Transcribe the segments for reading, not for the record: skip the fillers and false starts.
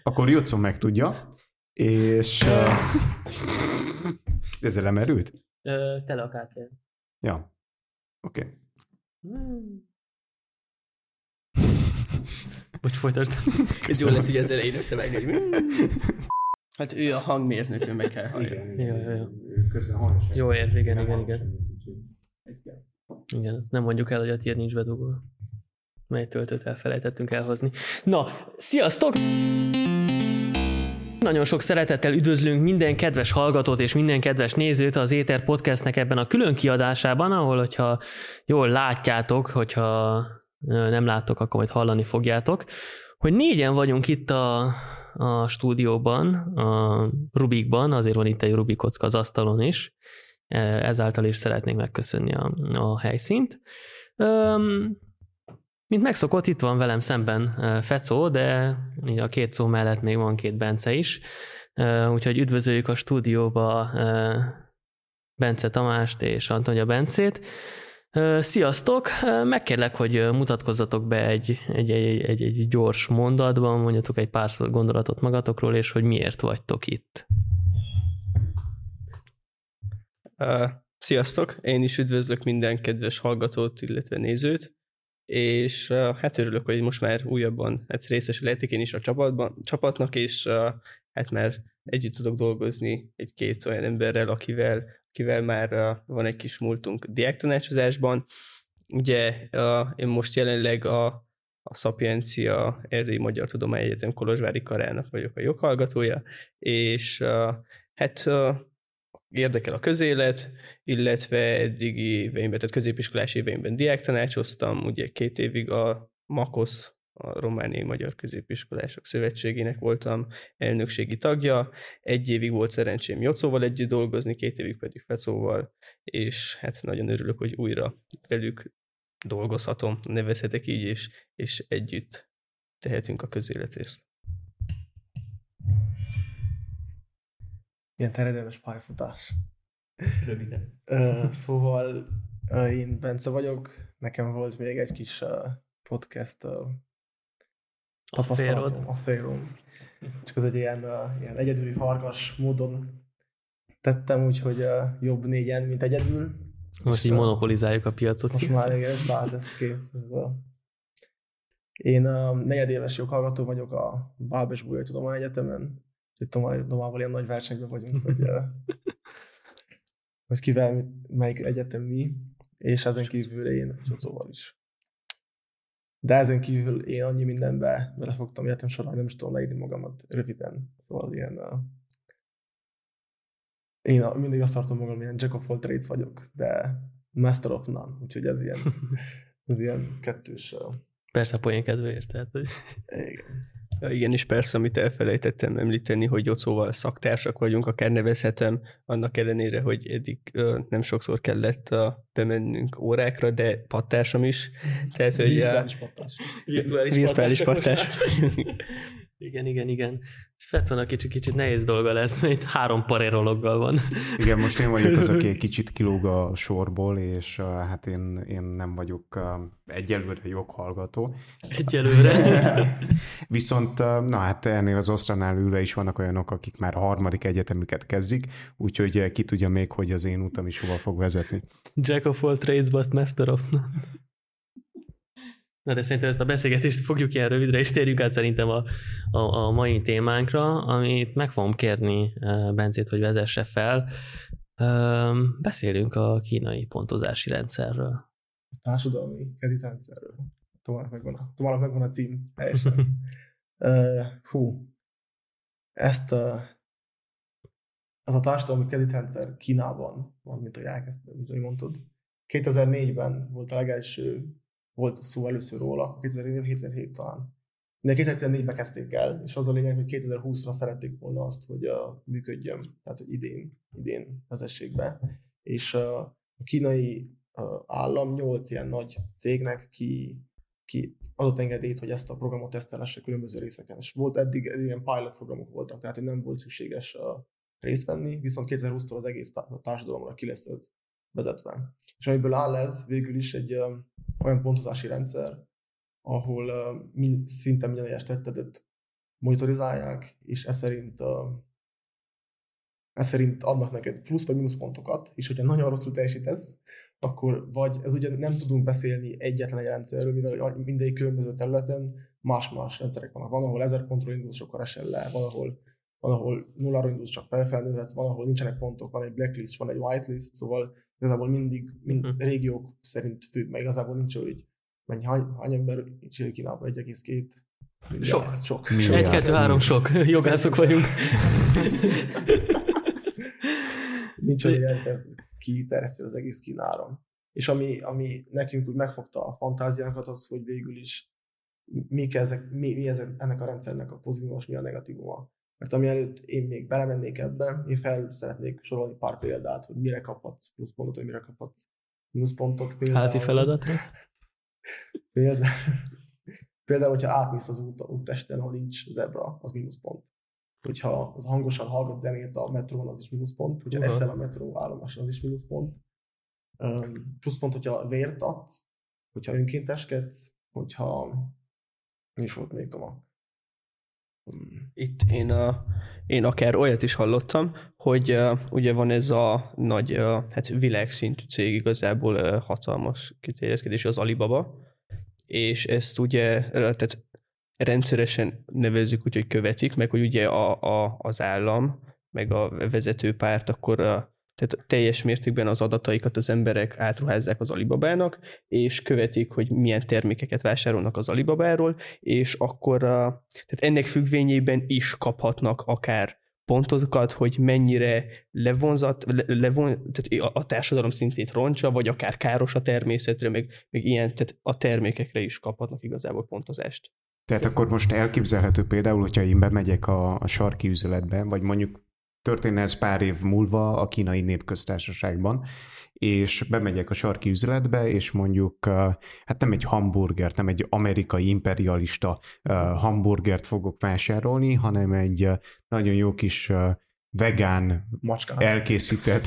Akkor Jocó megtudja, és ezzel lemerült? Tele a kártyán. Ja, oké. Bocs, folytasd. Ez jó lesz, hogy ezzel én összevágni, hogy hát ő a hangmérnök, ő meg kell hallani. Jó. Közben hallgass. Jó érv, igen. Igen, azt nem mondjuk el, hogy a tiéd nincs bedugva. Mely töltőt elfelejtettünk elhozni. Na, sziasztok! Nagyon sok szeretettel üdvözlünk minden kedves hallgatót és minden kedves nézőt az Éter Podcastnek ebben a külön kiadásában, ahol, hogyha jól látjátok, hogyha nem láttok, akkor majd hallani fogjátok, hogy négyen vagyunk itt a stúdióban, a Rubikban, azért van itt egy Rubik kocka az asztalon is, ezáltal is szeretnénk megköszönni a helyszínt. Mint megszokott, itt van velem szemben Fecó, de a két szó mellett még van két Bence is, úgyhogy üdvözöljük a stúdióba Bence Tamást és Antonia Bencét. Sziasztok! Megkérlek, hogy mutatkozzatok be egy gyors mondatban, mondjatok egy pár gondolatot magatokról, és hogy miért vagytok itt. Sziasztok! Én is üdvözlök minden kedves hallgatót, illetve nézőt, és hát örülök, hogy most már újabban részesül lehetek én is a csapatnak, és hát már együtt tudok dolgozni egy-két olyan emberrel, akivel már van egy kis múltunk diáktanácsozásban. Ugye én most jelenleg a Szapiencia Erdélyi Magyar Tudományegyetem Kolozsvári karának vagyok a joghallgatója, és hát érdekel a közélet, illetve eddigi éveimben, tehát középiskolás éveimben diáktanácsoztam, ugye 2 évig a MAKOSZ, a Romániai Magyar Középiskolások Szövetségének voltam elnökségi tagja, 1 évig volt szerencsém Jocóval együtt dolgozni, 2 évig pedig Fecóval, és hát nagyon örülök, hogy újra velük dolgozhatom, nevezhetek így, és együtt tehetünk a közéletért. Ilyen terjedelmes pályafutás. Röviden. Szóval én Bence vagyok, nekem volt még egy kis podcast tapasztalatom, afférom. Csak az egy ilyen egyedüli farkas módon tettem, úgyhogy jobb 4-en, mint egyedül. Most így monopolizáljuk a piacot. Most már igen, szállt, ez kész. Én 4 éves joghallgató vagyok a Bábes-Bolyai Tudományegyetemen. Tomával ilyen nagy versenyben vagyunk, hogy kivel melyik egyetem mi, és ezen kívül én Jocóval is. De ezen kívül én annyi mindenbe belefogtam egyetem során, nem is tudom leírni magamat röviden. Szóval ilyen... Én mindig azt tartom magam, ilyen Jack of all trades vagyok, de master of none, úgyhogy ez ilyen kettős... Persze a poén kedvéért, tehát... Igen. Igen, és persze, amit elfelejtettem említeni, hogy Jocóval szaktársak vagyunk, akár nevezhetem, annak ellenére, hogy eddig nem sokszor kellett bemennünk órákra, de pattársam is. Tehát, hogy virtuális pattás. Igen. Fecónak kicsit nehéz dolga lesz, mert 3 parérologgal van. Igen, most én vagyok az, aki egy kicsit kilóg a sorból, és hát én nem vagyok egyelőre joghallgató. Egyelőre. Viszont, na hát ennél az osztránál ülve is vannak olyanok, akik már a 3. egyetemüket kezdik, úgyhogy ki tudja még, hogy az én utam is hova fog vezetni. Jack of all trades, but master of none. Na de szerintem ezt a beszélgetést fogjuk ilyen rövidre, és térjük át szerintem a mai témánkra, amit meg fogom kérni Bencét, hogy vezesse fel. Beszélünk a kínai pontozási rendszerről. A társadalmi kreditrendszerről. Tomának megvan a cím. Helyesen. Ez a társadalmi kreditrendszer Kínában van, mint ahogy elkezdtem, mint ahogy mondtad. 2004-ben volt a legelső, volt szó először róla, 2007 talán. De 2014-ben kezdték el, és az a lényeg, hogy 2020-ra szerették volna azt, hogy működjön, tehát hogy idén vezessék be. És a kínai állam 8 ilyen nagy cégnek ki adott engedélyt, hogy ezt a programot tesztelhesse különböző részeken. És volt eddig ilyen pilot programok voltak, tehát hogy nem volt szükséges részt venni, viszont 2020-tól az egész társadalomra ki lesz ez vezetve. És amiből áll ez végül is egy olyan pontozási rendszer, ahol szinte minden egyes tettedet monitorizálják, és ez szerint adnak neked plusz vagy mínusz pontokat, és hogyha nagyon rosszul teljesítesz, akkor vagy, ez ugye nem tudunk beszélni egyetlen egy rendszerről, mivel mindegyik különböző területen más-más rendszerek vannak. Van, ahol 1000 pontról indulsz, sokkal esel le, van, ahol 0-ról indulsz, csak felnőhetsz, van, ahol nincsenek pontok, van egy blacklist, van egy whitelist, szóval igazából mindig régiók szerint függ, meg igazából nincs úgy, hány ember él Kínában, 1,2 Sok. 1, 2, 3, sok. Jogászok vagyunk. Nincs olyan rendszer, kiterjeszti az egész Kínára. És ami nekünk úgy megfogta a fantáziánkat, az, hogy végül is mi ennek a rendszernek a pozitíva, és mi a negatívuma. Mert amielőtt én még belemennék ebbe, én fel szeretnék sorolni pár példát, hogy mire kaphatsz pluszpontot, vagy mire kaphatsz mínuszpontot. Házi feladatra? Például, hogyha átmész az úttesten, ahol nincs zebra, az mínuszpont. Hogyha az hangosan hallgat zenét a metrón, az is mínuszpont. Hogyha eszel a metró állomáson, az is mínuszpont. Pluszpont, hogyha vért adsz, hogyha önkénteskedsz, hogyha... Mi is volt még, Toma? Itt én akár olyat is hallottam, hogy ugye van ez a nagy, világszintű cég, igazából hatalmas kiterjeszkedés, az Alibaba, és ezt ugye tehát rendszeresen nevezzük úgy, hogy követik, meg hogy ugye az állam, meg a vezetőpárt akkor tehát teljes mértékben az adataikat az emberek átruházzák az Alibabának, és követik, hogy milyen termékeket vásárolnak az Alibabáról, és akkor tehát ennek függvényében is kaphatnak akár pontokat, hogy mennyire tehát a társadalom szintét rontsa, vagy akár káros a természetre, meg ilyen, tehát a termékekre is kaphatnak igazából pontozást. Tehát akkor most elképzelhető például, hogyha én bemegyek a sarki üzletbe, vagy mondjuk történne ez pár év múlva a Kínai Népköztársaságban, és bemegyek a sarki üzletbe, és mondjuk hát nem egy hamburgert, nem egy amerikai imperialista hamburgert fogok vásárolni, hanem egy nagyon jó kis vegán macskát elkészített...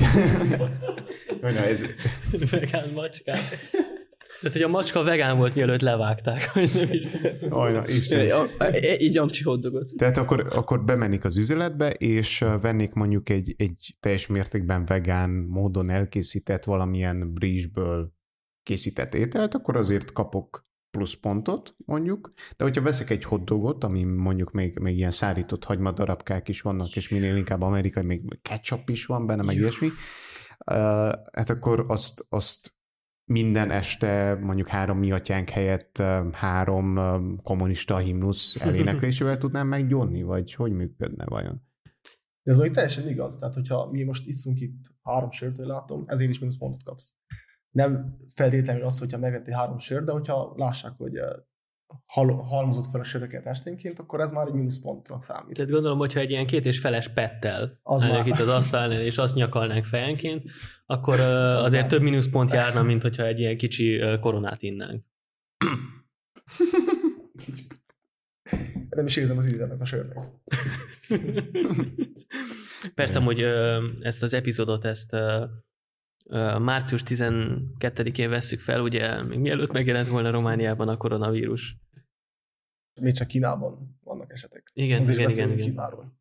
Vegán macskát. Tehát, hogy a macska vegán volt, mielőtt levágták. Ajna, Isten. Így amcsi hotdogot. Tehát akkor bemennék az üzletbe, és vennék mondjuk egy teljes mértékben vegán módon elkészített valamilyen brizsből készített ételt, akkor azért kapok pluszpontot, mondjuk. De hogyha veszek egy hotdogot, ami mondjuk még ilyen szárított hagymadarabkák is vannak, és minél inkább amerikai, még ketchup is van benne, meg ilyesmi, hát akkor azt minden este mondjuk 3 mi atyánk helyett 3 kommunista himnusz eléneklésével tudnám meggyónni, vagy hogy működne vajon? De ez mondjuk teljesen igaz, tehát hogyha mi most iszunk itt 3 sört, hogy látom, ezért is mínuszpontot kapsz. Nem feltétlenül az, hogyha megvettél 3 sört, de hogyha lássák, hogy halmozott fel a söröket esténként, akkor ez már egy mínuszpontnak számít. Tehát gondolom, hogyha egy ilyen 2,5-es pettel már... itt az asztalnál, és azt nyakalnánk fejenként, akkor azért több mínuszpont járna, mint hogyha egy ilyen kicsi koronát innánk. Nem is érzem az ízét a sörnek. Persze, hogy ezt az epizódot, március 12-én vesszük fel, ugye még mielőtt megjelent volna Romániában a koronavírus. Még csak Kínában vannak esetek. Igen. Kínáról.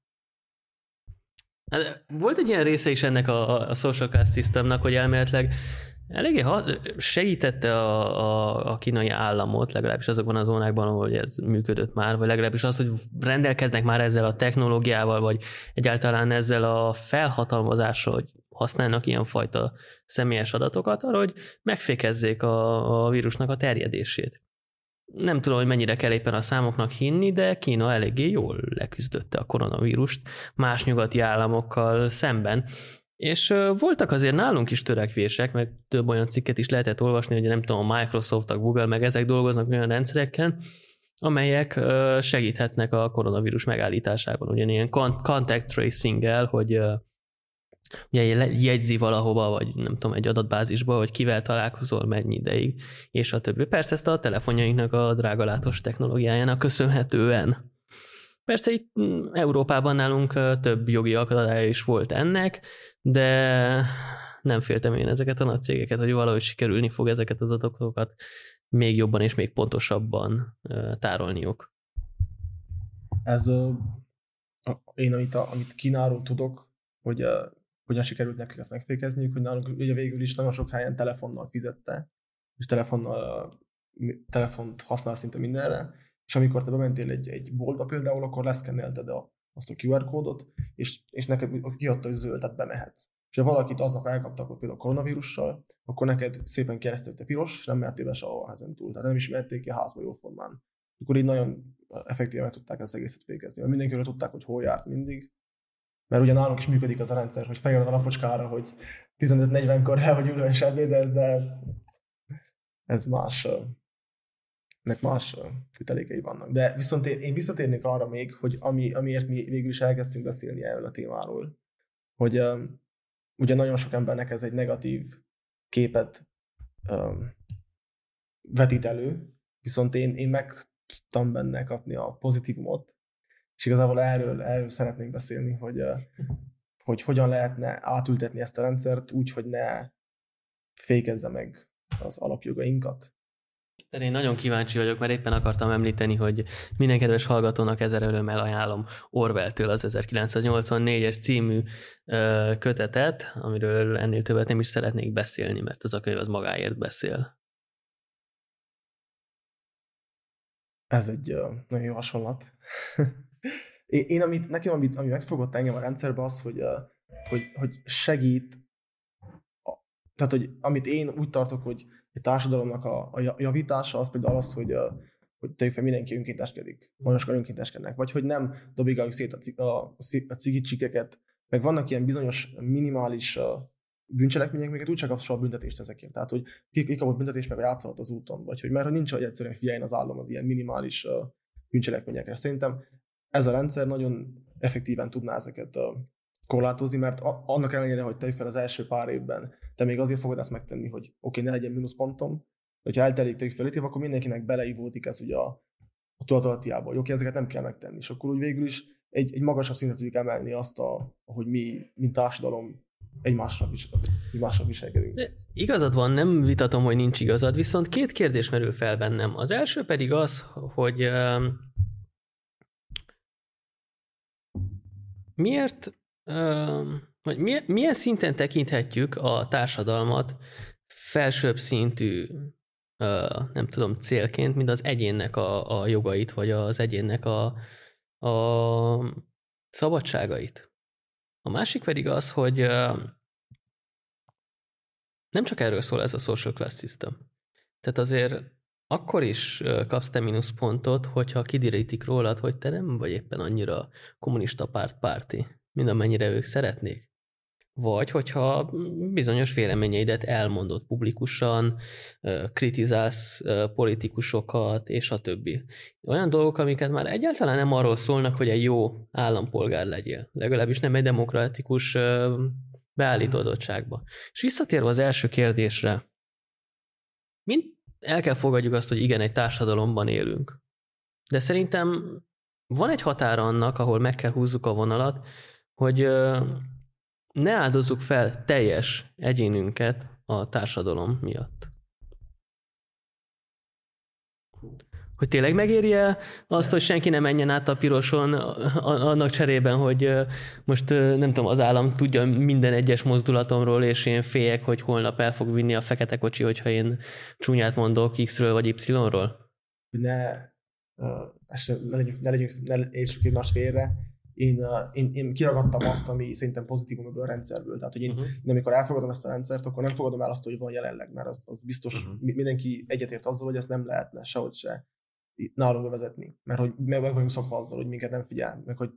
Hát, volt egy ilyen része is ennek a social class systemnek, hogy elméletileg eléggé segítette a kínai államot, legalábbis azokban a zónákban, ahol ez működött már, vagy legalábbis az, hogy rendelkeznek már ezzel a technológiával, vagy egyáltalán ezzel a felhatalmazással, hogy használnak ilyenfajta személyes adatokat arra, hogy megfékezzék a vírusnak a terjedését. Nem tudom, hogy mennyire kell éppen a számoknak hinni, de Kína eléggé jól leküzdötte a koronavírust más nyugati államokkal szemben. És voltak azért nálunk is törekvések, meg több olyan cikket is lehetett olvasni, hogy nem tudom, a Microsoft, a Google, meg ezek dolgoznak olyan rendszereken, amelyek segíthetnek a koronavírus megállításában. Ugyanilyen contact tracing-el, hogy jegyzi valahova, vagy nem tudom, egy adatbázisba, hogy kivel találkozol, mennyi ideig, és a többi. Persze ezt a telefonjainknak a drágalátos technológiájának köszönhetően. Persze itt Európában nálunk több jogi akadálya is volt ennek, de nem féltem én ezeket a nagy cégeket, hogy valahogy sikerülni fog ezeket az adatokat még jobban és még pontosabban tárolniuk. Ez én, amit Kínáról tudok, hogy hogyan sikerült nekik ezt megfékezniük, hogy nálunk ugye végül is nagyon sok helyen telefonnal fizetsz, és telefont használ szinte mindenre, és amikor te bementél egy boltba például, akkor leszkennelted azt a QR kódot, és neked kiadta, hogy zöld, tehát bemehetsz. És ha valakit aznap elkaptak például koronavírussal, akkor neked szépen keresztült piros, és nem mehettél be sehova ezen túl. Tehát nem is mehették ki a házba jóformán. Akkor így nagyon effektíven tudták ezt egészet végezni. Mert mindenkiről tudták, hogy hol járt mindig. Mert ugye nálunk is működik az a rendszer, hogy feljöred a lapocskára, hogy 15-40-kor el vagy ülve és ebédez, de ez más. Nek más fütelékei vannak. De viszont én visszatérnék arra még, hogy amiért mi végül is elkezdtünk beszélni erről a témáról, hogy ugye nagyon sok embernek ez egy negatív képet vetít elő, viszont én meg tudtam benne kapni a pozitívumot, és igazából erről szeretnénk beszélni, hogy hogyan lehetne átültetni ezt a rendszert úgy, hogy ne fékezze meg az alapjogainkat. De én nagyon kíváncsi vagyok, mert éppen akartam említeni, hogy minden kedves hallgatónak ezer örömmel ajánlom Orwell-től az 1984-es című kötetet, amiről ennél többet nem is szeretnék beszélni, mert az a könyv az magáért beszél. Ez egy nagyon jó hasonlat. Ami megfogott engem a rendszerbe az, hogy segít, tehát hogy amit én úgy tartok, hogy a társadalomnak a javítása az például az, hogy tegyük fel, mindenki önkénteskedik. Nagyon sokan önkénteskednek. Vagy hogy nem dobigáljuk szét a cigicsikeket. Meg vannak ilyen bizonyos minimális bűncselekmények, amiket úgy csak kapsz soha büntetést ezekért. Tehát, hogy kikapott büntetés, meg játszhat az úton. Vagy hogy mert nincs, hogy egyszerűen figyeljen az állam az ilyen minimális bűncselekményekre. Szerintem ez a rendszer nagyon effektíven tudná ezeket korlátozni, mert annak ellenére, hogy tegyük fel az első pár évben, te még azért fogod ezt megtenni, hogy oké, ne legyen mínuszpontom, hogyha eltelik tegyük fel 5 év, akkor mindenkinek beleívódik ez ugye a tudatalattiába, hogy oké, ezeket nem kell megtenni. És akkor úgy végül is egy magasabb szintre tudjuk emelni azt, hogy mi, mint társadalom, egymásra viselkedünk. Igazad van, nem vitatom, hogy nincs igazad, viszont két kérdés merül fel bennem. Az első pedig az, hogy miért, vagy milyen szinten tekinthetjük a társadalmat felsőbb szintű, nem tudom, célként, mint az egyénnek a jogait, vagy az egyénnek a szabadságait. A másik pedig az, hogy nem csak erről szól ez a social class system. Tehát azért akkor is kapsz te mínuszpontot, hogyha kiderítik rólad, hogy te nem vagy éppen annyira kommunista párti, mint amennyire ők szeretnék. Vagy hogyha bizonyos véleményeidet elmondod publikusan, kritizálsz politikusokat, és a többi. Olyan dolgok, amiket már egyáltalán nem arról szólnak, hogy egy jó állampolgár legyél. Legalábbis nem egy demokratikus beállítódottságba. És visszatérve az első kérdésre, el kell fogadjuk azt, hogy igen, egy társadalomban élünk. De szerintem van egy határa annak, ahol meg kell húzzuk a vonalat, hogy ne áldozzuk fel teljes egyénünket a társadalom miatt. Hogy tényleg megéri-e azt, hogy senki ne menjen át a piroson annak cserében, hogy most nem tudom, az állam tudja minden egyes mozdulatomról, és én féljek, hogy holnap el fog vinni a fekete kocsi, hogyha én csúnyát mondok X-ről vagy Y-ról? Ne legyünk egymást félre. Én kiragadtam azt, ami szerintem pozitívum ebből a rendszerből. Tehát, hogy én amikor elfogadom ezt a rendszert, akkor nem fogadom el azt, hogy van jelenleg, mert az biztos mindenki egyetért azzal, hogy ezt nem lehetne sehogy se nálunk bevezetni. Mert hogy meg vagyunk szokva azzal, hogy minket nem figyel, meg hogy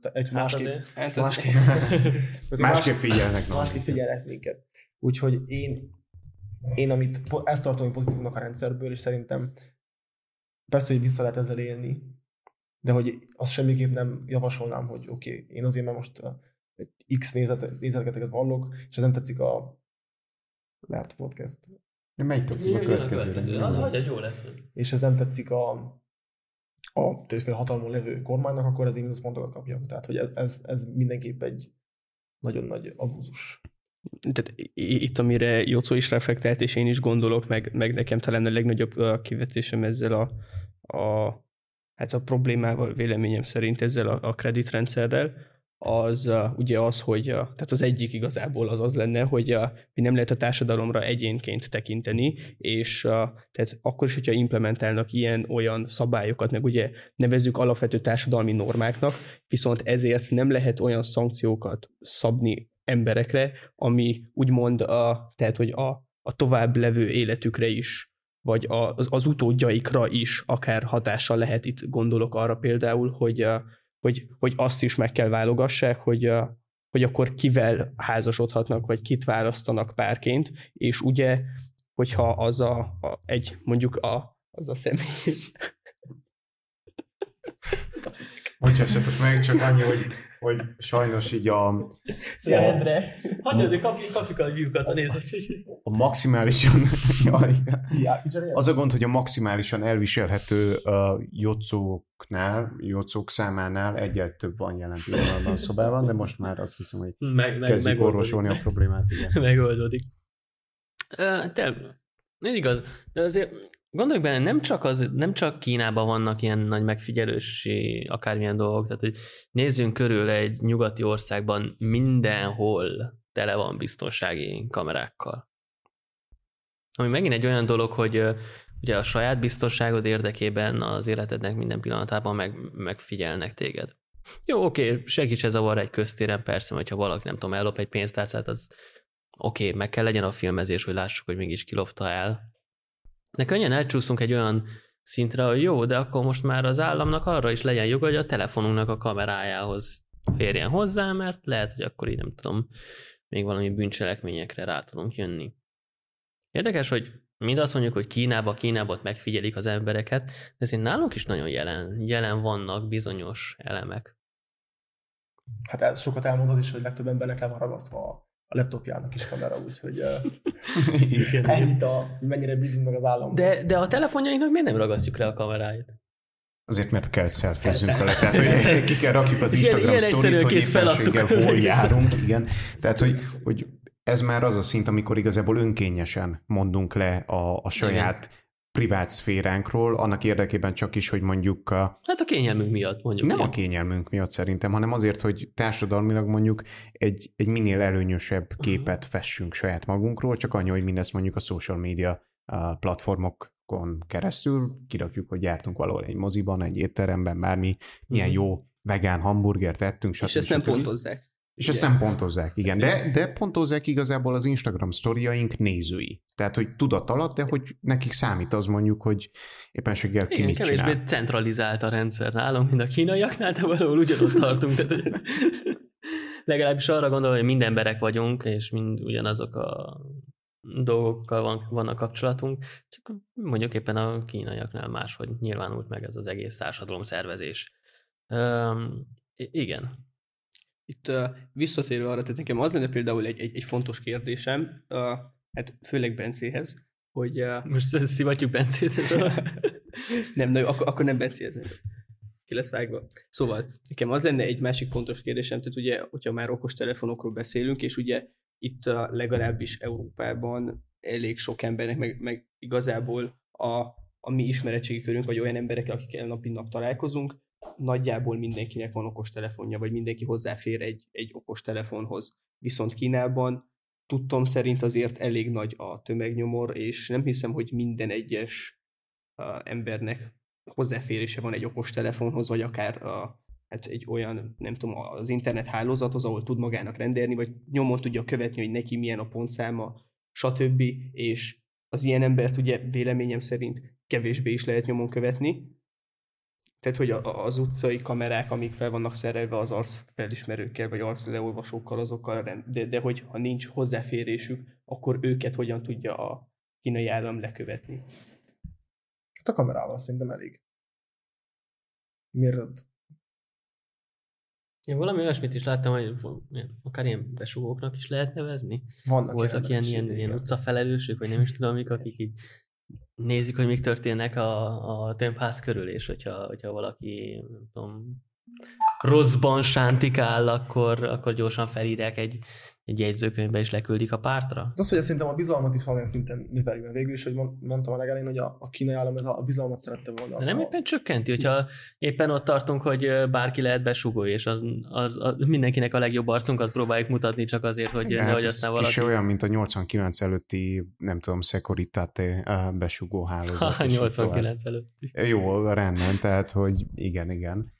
másképp figyelnek. Másképp figyelnek minket. Úgyhogy én amit ezt tartom, hogy pozitívnak a rendszerből, és szerintem persze, hogy vissza lehet ezzel élni, de hogy azt semmiképp nem javasolnám, hogy oké, én azért, mert most X nézeteket vallok, és ez nem tetszik a Lárt Podcast. Megy tovább a következőre. Az vagy, jó lesz. És ez nem tetszik a többféle hatalmon levő kormánynak, akkor ez mínuszpontokat kapjak. Tehát, hogy ez mindenképp egy nagyon nagy abúzus. Tehát itt, amire Jocó is reflektált, és én is gondolok, meg nekem talán a legnagyobb kivetésem ezzel a hát a problémával véleményem szerint ezzel a kreditrendszerrel, az ugye az, hogy tehát az egyik igazából az lenne, hogy nem lehet a társadalomra egyénként tekinteni, és tehát akkor is, hogyha implementálnak ilyen-olyan szabályokat, meg ugye nevezzük alapvető társadalmi normáknak, viszont ezért nem lehet olyan szankciókat szabni emberekre, ami úgymond tehát, hogy a tovább levő életükre is, vagy az utódjaikra is akár hatással lehet. Itt gondolok arra például, hogy azt is meg kell válogassák, hogy akkor kivel házasodhatnak, vagy kit választanak párként, és ugye, hogyha az az a személy... Bocsássatok meg, csak annyi, hogy sajnos így Szia, Endre! Hagyjad, kapjuk a lyukat a nézettség. A maximálisan... az a gond, hogy a maximálisan elviselhető jocók számánál egyel több van jelen pillanatban a szobában, de most már azt hiszem, hogy kezdjük orvosolni a problémát. Igen. Megoldódik. Ez igaz, de azért gondolj benne, nem csak Kínában vannak ilyen nagy megfigyelősi akármilyen dolgok, tehát hogy nézzünk körül egy nyugati országban, mindenhol tele van biztonsági kamerákkal. Ami megint egy olyan dolog, hogy ugye a saját biztonságod érdekében az életednek minden pillanatában megfigyelnek téged. Jó, oké, segíts ez zavar egy köztéren, persze, hogyha valaki, nem tudom, ellop egy pénztárcát, az oké, meg kell legyen a filmezés, hogy lássuk, hogy mégis kilopta el. De könnyen elcsúszunk egy olyan szintre, hogy jó, de akkor most már az államnak arra is legyen joga, hogy a telefonunknak a kamerájához férjen hozzá, mert lehet, hogy akkor így nem tudom, még valami bűncselekményekre rá tudunk jönni. Érdekes, hogy mind azt mondjuk, hogy Kínában megfigyelik az embereket, de ezért nálunk is nagyon jelen vannak bizonyos elemek. Hát ez sokat elmondod is, hogy legtöbb embernek el van ragasztva a laptopjának is kamera, úgyhogy ennyit mennyire bízunk meg az államban. De a telefonjainknak miért nem ragasztjuk le a kameráját? Azért, mert kell szelfizzünk vele, tehát hogy ki kell rakjuk az Instagram sztorit, hogy éppenséggel hol járunk, igen. Tehát, hogy ez már az a szint, amikor igazából önkényesen mondunk le a saját privát szféránkról, annak érdekében csak is, hogy mondjuk... Hát a kényelmünk miatt mondjuk. Nem a kényelmünk miatt szerintem, hanem azért, hogy társadalmilag mondjuk egy minél előnyösebb képet fessünk saját magunkról, csak annyi, hogy mindezt mondjuk a social media platformokon keresztül kirakjuk, hogy jártunk valahol egy moziban, egy étteremben, bármi, milyen jó vegán hamburgert ettünk, stb. És ezt nem pontozzák. És ezt nem pontozzák, igen. De pontozzák igazából az Instagram sztoriaink nézői. Tehát, hogy tudat alatt, de hogy nekik számít az mondjuk, hogy éppenséggel ki mit csinál. Kevésbé centralizált a rendszer nálunk, mint a kínaiaknál, de valahol ugyanott tartunk. Tehát, legalábbis arra gondolom, hogy mind emberek vagyunk, és mind ugyanazok a dolgokkal van a kapcsolatunk, csak mondjuk éppen a kínaiaknál máshogy nyilvánult meg ez az egész társadalom szervezés. Igen. Itt visszatérve arra, tehát nekem az lenne például egy fontos kérdésem, hát főleg Bencéhez, hogy... Most szivatjuk Bencét? Nem, akkor nem Bencéhez. Ki lesz vágva. Szóval nekem az lenne egy másik fontos kérdésem, tehát ugye, hogyha már okostelefonokról beszélünk, és ugye itt legalábbis Európában elég sok embernek, meg igazából a mi ismeretségi körünk, vagy olyan emberek, akikkel nap mint nap találkozunk, nagyjából mindenkinek van okostelefonja, vagy mindenki hozzáfér egy okostelefonhoz. Viszont Kínában tudtom szerint azért elég nagy a tömegnyomor, és nem hiszem, hogy minden egyes embernek hozzáférése van egy okostelefonhoz, vagy akár hát egy olyan, nem tudom, az internet hálózathoz, ahol tud magának rendelni, vagy nyomon tudja követni, hogy neki milyen a pontszáma, stb. És az ilyen embert ugye véleményem szerint kevésbé is lehet nyomon követni. Tehát, hogy az utcai kamerák, amik fel vannak szerelve az arcfelismerőkkel, vagy arcleolvasókkal, azokkal, de hogy ha nincs hozzáférésük, akkor őket hogyan tudja a kínai állam lekövetni? Hát a kamerával szerintem elég. Miért? Én valami olyasmit is láttam, hogy akár ilyen besugóknak is lehet nevezni. Voltak ilyen utcafelelősök, vagy nem is tudom mik, akik így nézik, hogy mik történnek a tömbház körül, és hogyha valaki, nem tudom, rosszban sántikál, akkor gyorsan felírják egy jegyzőkönyvbe és leküldik a pártra? Az, hogy szerintem a bizalmat is valamilyen szinten növeljük, mert végül is, hogy mondtam a legelején, hogy a kínai állam ez a bizalmat szerette volna. De nem éppen csökkenti, hogyha éppen ott tartunk, hogy bárki lehet besugó, és mindenkinek a legjobb arcunkat próbáljuk mutatni csak azért, hogy nehogy aztán valaki... És olyan, mint a 89 előtti, nem tudom, Securitate besugó hálózat. 89 előtti. Jó, rendben, tehát, hogy igen.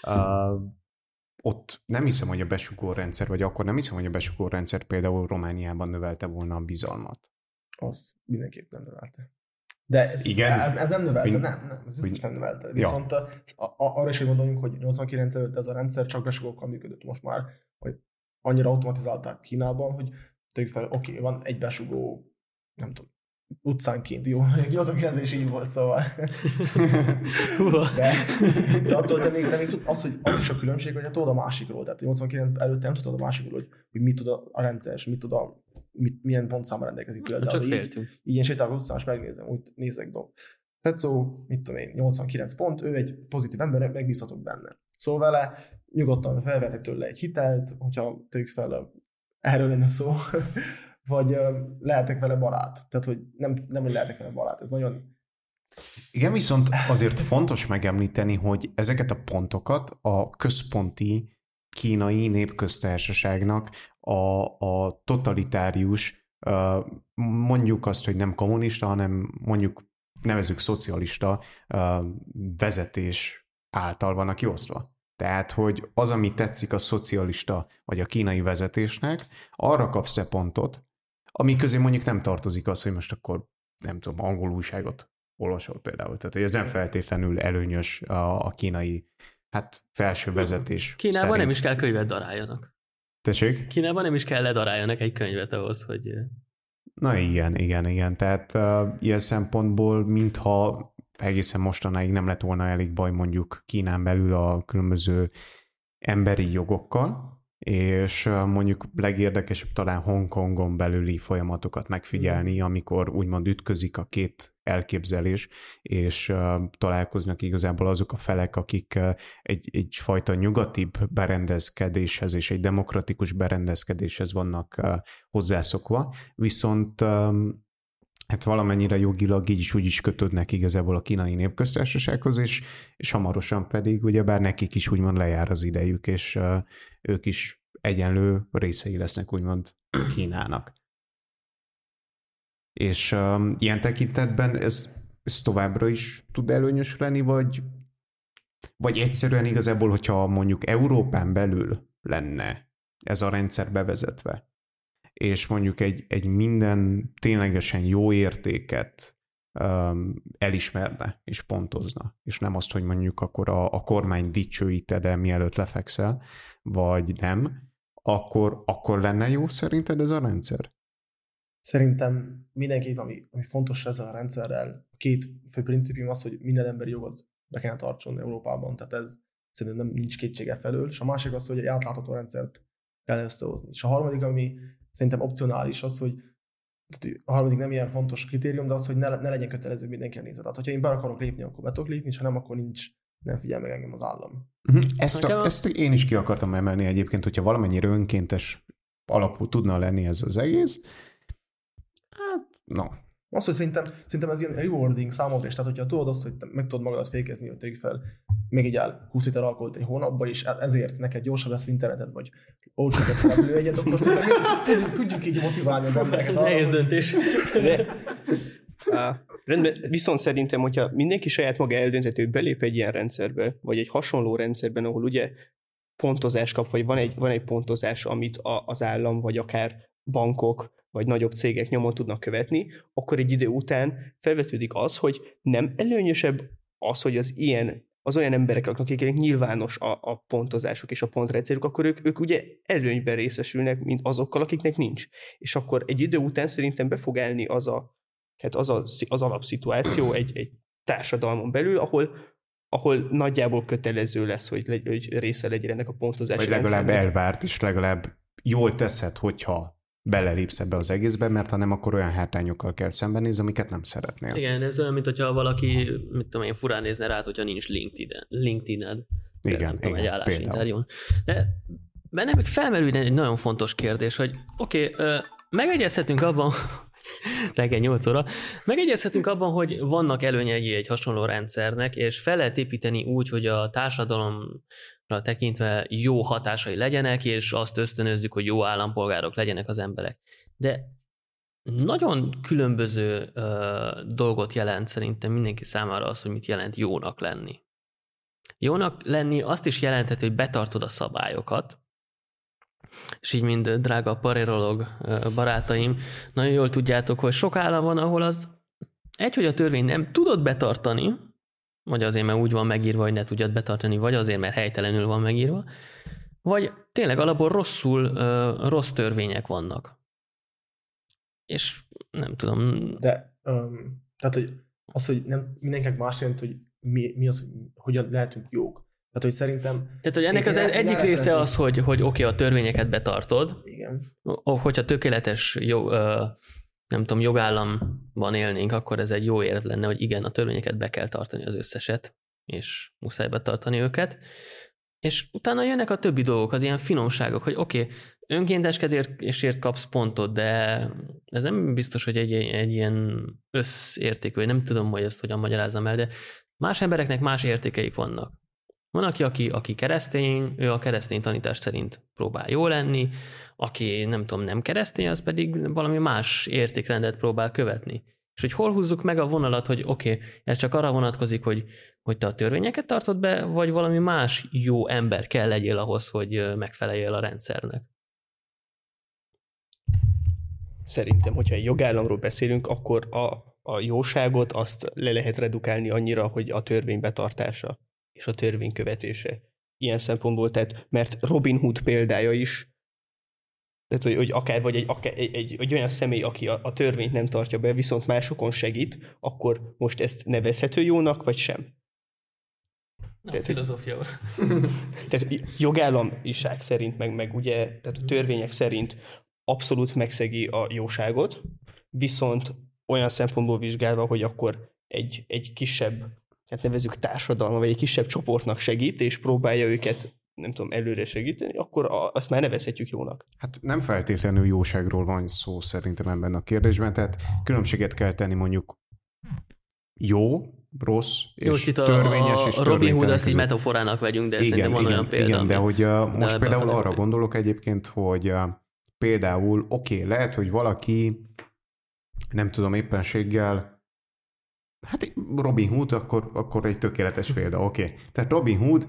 Ott nem hiszem, hogy a besugórendszer, vagy akkor nem hiszem, hogy a besugórendszer például Romániában növelte volna a bizalmat. Az mindenképp nem növelte. De igen? Ez nem növelte, nem, ez biztos nem növelte. Viszont arra is gondoljunk, hogy 89 előtt ez a rendszer csak besugókkal működött. Most már, hogy annyira automatizálták Kínában, hogy tegyük fel, oké, van egy besugó, nem tudom, utcánként, jó, 89-ben is így volt, szóval. de attól, de még az is a különbség, hogy hát tudod a másikról, tehát 89 előtt nem tudod a másikról, hogy mit tud a rendszer, és mit tud milyen pontszámmal rendelkezik például. Csak féltünk. Így én sétálok utcán, és megnézem, úgy nézek Tetszó, mit tudom én, 89 pont, ő egy pozitív ember, megbízhatok benne. Szóval vele nyugodtan felvetek tőle egy hitelt, hogyha tegyük fel, erről lenne szó, vagy lehetek vele barát. Tehát, hogy nem hogy lehetek vele barát. Ez nagyon... Igen, viszont azért fontos megemlíteni, hogy ezeket a pontokat a központi kínai népköztársaságnak a totalitárius, mondjuk azt, hogy nem kommunista, hanem mondjuk nevezzük szocialista vezetés által vannak kiosztva. Tehát, hogy az, ami tetszik a szocialista vagy a kínai vezetésnek, arra kapsz te pontot, ami közé mondjuk nem tartozik az, hogy most akkor nem tudom, angol újságot olvasol például. Tehát, hogy ez nem feltétlenül előnyös a kínai felső vezetés Kínában szerint. nem is kell könyvet daráljanak. Tessék? Kínában nem is kell ledaráljanak egy könyvet ahhoz, hogy... Na igen. Tehát ilyen szempontból, mintha egészen mostanáig nem lett volna elég baj mondjuk Kínán belül a különböző emberi jogokkal, és mondjuk legérdekesebb talán Hongkongon belüli folyamatokat megfigyelni, amikor úgymond ütközik a két elképzelés, és találkoznak igazából azok a felek, akik egyfajta nyugatibb berendezkedéshez és egy demokratikus berendezkedéshez vannak hozzászokva, viszont hát valamennyire jogilag így is úgy is kötődnek igazából a kínai népköztársasághoz, és hamarosan pedig ugyebár nekik is úgymond lejár az idejük, és ők is egyenlő részei lesznek úgymond Kínának. És ilyen tekintetben ez továbbra is tud előnyös lenni, vagy egyszerűen igazából, hogyha mondjuk Európán belül lenne ez a rendszer bevezetve, és mondjuk egy minden ténylegesen jó értéket elismerne és pontozna, és nem azt, hogy mondjuk akkor a kormány dicsőíted-e mielőtt lefekszel, vagy nem, akkor lenne jó szerinted ez a rendszer? Szerintem mindenképp, ami fontos ezzel a rendszerrel, a két fő principium az, hogy minden emberi jogot be kell tartson Európában, tehát ez szerintem nincs kétsége felől, és a másik az, hogy egy átlátható rendszert kell összehozni. És a harmadik, ami szerintem opcionális, az, hogy a harmadik nem ilyen fontos kritérium, de az, hogy ne legyen kötelező mindenki nézni. Tehát, hogyha én be akarok lépni, akkor be tudok lépni, és ha nem, akkor nem figyel meg engem az állam. Ezt én is ki akartam emelni egyébként, hogyha valamennyire önkéntes alapú tudna lenni ez az egész. Hát, no. Az, hogy szerintem ez ilyen rewarding számodra, és tehát, hogyha tudod azt, hogy meg tudod magadat fékezni, hogy tegyük fel, megigyál 20 liter alkoholt egy hónapban, és ezért neked gyorsabb lesz interneted, vagy olcsóbb lesz a repülőjegyed, akkor szerintem tudjuk így motiválni az embereket. Nehéz döntés. Rendben, viszont szerintem, hogyha mindenki saját maga eldönthető, hogy belép egy ilyen rendszerbe, vagy egy hasonló rendszerben, ahol ugye pontozás kap, vagy van egy pontozás, amit az állam, vagy akár bankok, vagy nagyobb cégek nyomon tudnak követni, akkor egy idő után felvetődik az, hogy nem előnyösebb az, hogy az olyan emberek, akiknek nyilvános a pontozásuk és a pontrendszerük, akkor ők ugye előnyben részesülnek, mint azokkal, akiknek nincs. És akkor egy idő után szerintem be fog állni az alapszituáció egy társadalmon belül, ahol nagyjából kötelező lesz, hogy része legyen ennek a pontozási vagy legalább elvárt, és legalább jól teszed, hogyha belelépsz ebbe az egészbe, mert ha nem, akkor olyan hátrányokkal kell szembenézni, amiket nem szeretnél. Igen, ez olyan, mint hogyha valaki, mit tudom én, furán nézne rád, hogyha nincs LinkedIn-ed. Igen, egy állásinterjún. De bennem még felmerül egy nagyon fontos kérdés, hogy oké, megegyezhetünk abban, reggel 8 óra, megegyezhetünk abban, hogy vannak előnyei egy hasonló rendszernek, és fel lehet építeni úgy, hogy a társadalomra tekintve jó hatásai legyenek, és azt ösztönözzük, hogy jó állampolgárok legyenek az emberek. De nagyon különböző dolgot jelent szerintem mindenki számára az, hogy mit jelent jónak lenni. Jónak lenni azt is jelentheti, hogy betartod a szabályokat, és így mind drága parerolog barátaim, nagyon jól tudjátok, hogy sok állam van, ahol az hogy a törvény nem tudod betartani, vagy azért, mert úgy van megírva, hogy ne tudjad betartani, vagy azért, mert helytelenül van megírva, vagy tényleg alapból rossz törvények vannak. És nem tudom. De, tehát, hogy az, hogy nem mindenkinek más jelent, hogy mi az, hogy hogyan lehetünk jók. Tehát, hogy szerintem... Tehát, hogy ennek az egyik része az, hogy oké, a törvényeket betartod. Igen. Hogyha tökéletes nem tudom, jogállamban élnénk, akkor ez egy jó érv lenne, hogy igen, a törvényeket be kell tartani az összeset, és muszáj betartani őket. És utána jönnek a többi dolgok, az ilyen finomságok, hogy oké, önkénteskedésért kapsz pontot, de ez nem biztos, hogy egy ilyen összértékű, nem tudom, hogy ezt hogyan magyarázzam el, de más embereknek más értékeik vannak. Van, aki keresztény, ő a keresztény tanítás szerint próbál jó lenni, aki nem keresztény, az pedig valami más értékrendet próbál követni. És hogy hol húzzuk meg a vonalat, hogy oké, ez csak arra vonatkozik, hogy te a törvényeket tartod be, vagy valami más jó ember kell legyél ahhoz, hogy megfeleljél a rendszernek. Szerintem, hogyha egy jogállamról beszélünk, akkor a jóságot azt le lehet redukálni annyira, hogy a törvény betartása és a törvény követése. Ilyen szempontból, tehát, mert Robin Hood példája is, tehát, hogy akár vagy egy olyan személy, aki a törvényt nem tartja be, viszont másokon segít, akkor most ezt nevezhető jónak, vagy sem? Tehát, filozófia. Tehát jogállamiság szerint, meg ugye, tehát a törvények szerint abszolút megszegi a jóságot, viszont olyan szempontból vizsgálva, hogy akkor egy kisebb, hát nevezzük társadalma, vagy egy kisebb csoportnak segít, és próbálja őket, nem tudom, előre segíteni, akkor azt már nevezhetjük jónak. Hát nem feltétlenül jóságról van szó szerintem ebben a kérdésben, tehát különbséget kell tenni mondjuk jó, rossz és törvényes és a Robin Hood azt így metaforának vegyünk, de szerintem van olyan példa. Igen, de hogy most például arra gondolok egyébként, hogy például lehet, hogy valaki nem tudom, éppenséggel hát Robin Hood akkor egy tökéletes példa, oké. Tehát Robin Hood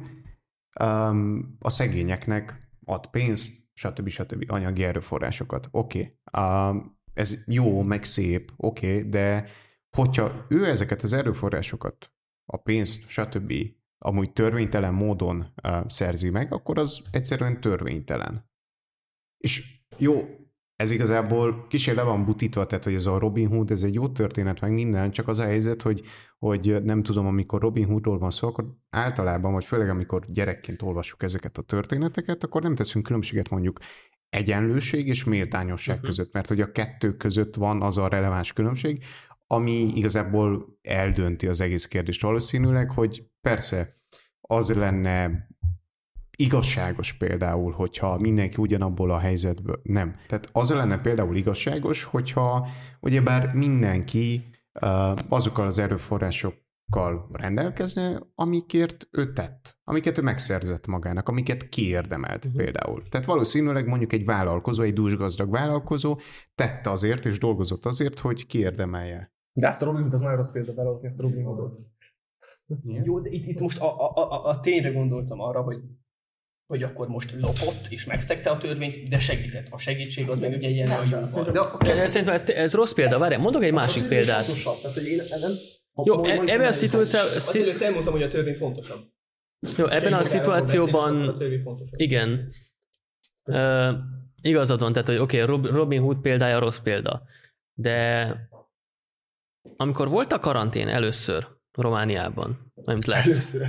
a szegényeknek ad pénzt, stb. Anyagi erőforrásokat, oké. Ez jó, meg szép, oké, de hogyha ő ezeket az erőforrásokat, a pénzt, stb. Amúgy törvénytelen módon szerzi meg, akkor az egyszerűen törvénytelen. És jó, ez igazából kicsit le van butítva, tehát hogy ez a Robin Hood, ez egy jó történet, meg minden, csak az a helyzet, hogy nem tudom, amikor Robin Hoodról van szó, akkor általában, vagy főleg amikor gyerekként olvassuk ezeket a történeteket, akkor nem teszünk különbséget mondjuk egyenlőség és méltányosság között, mert hogy a kettő között van az a releváns különbség, ami igazából eldönti az egész kérdést valószínűleg, hogy persze az lenne igazságos például, hogyha mindenki ugyanabból a helyzetből, nem. Tehát az lenne például igazságos, hogyha ugyebár mindenki azokkal az erőforrásokkal rendelkezne, amikért ő tett, amiket ő megszerzett magának, amiket kiérdemelt például. Tehát valószínűleg mondjuk egy vállalkozó, egy dúsgazdag vállalkozó tette azért és dolgozott azért, hogy kiérdemelje. De ezt a Robin Hood, az nagyon rossz példa belehozni, ezt a Robin Hoodot. Jó, de itt most a tényre gondoltam arra, hogy akkor most lopott és megszegte a törvényt, de segített. A segítség az meg ugye ilyen a jóval. Szerintem ez rossz példa. Várjál, mondok egy másik példát. Jó, ebben a szituációban... Elmondtam, hogy a törvény fontosabb. Jó, ebben a szituációban... Igen. Igazad van, tehát, hogy oké, Robin Hood példája rossz példa. De amikor volt a karantén először Romániában, amit lesz. Először.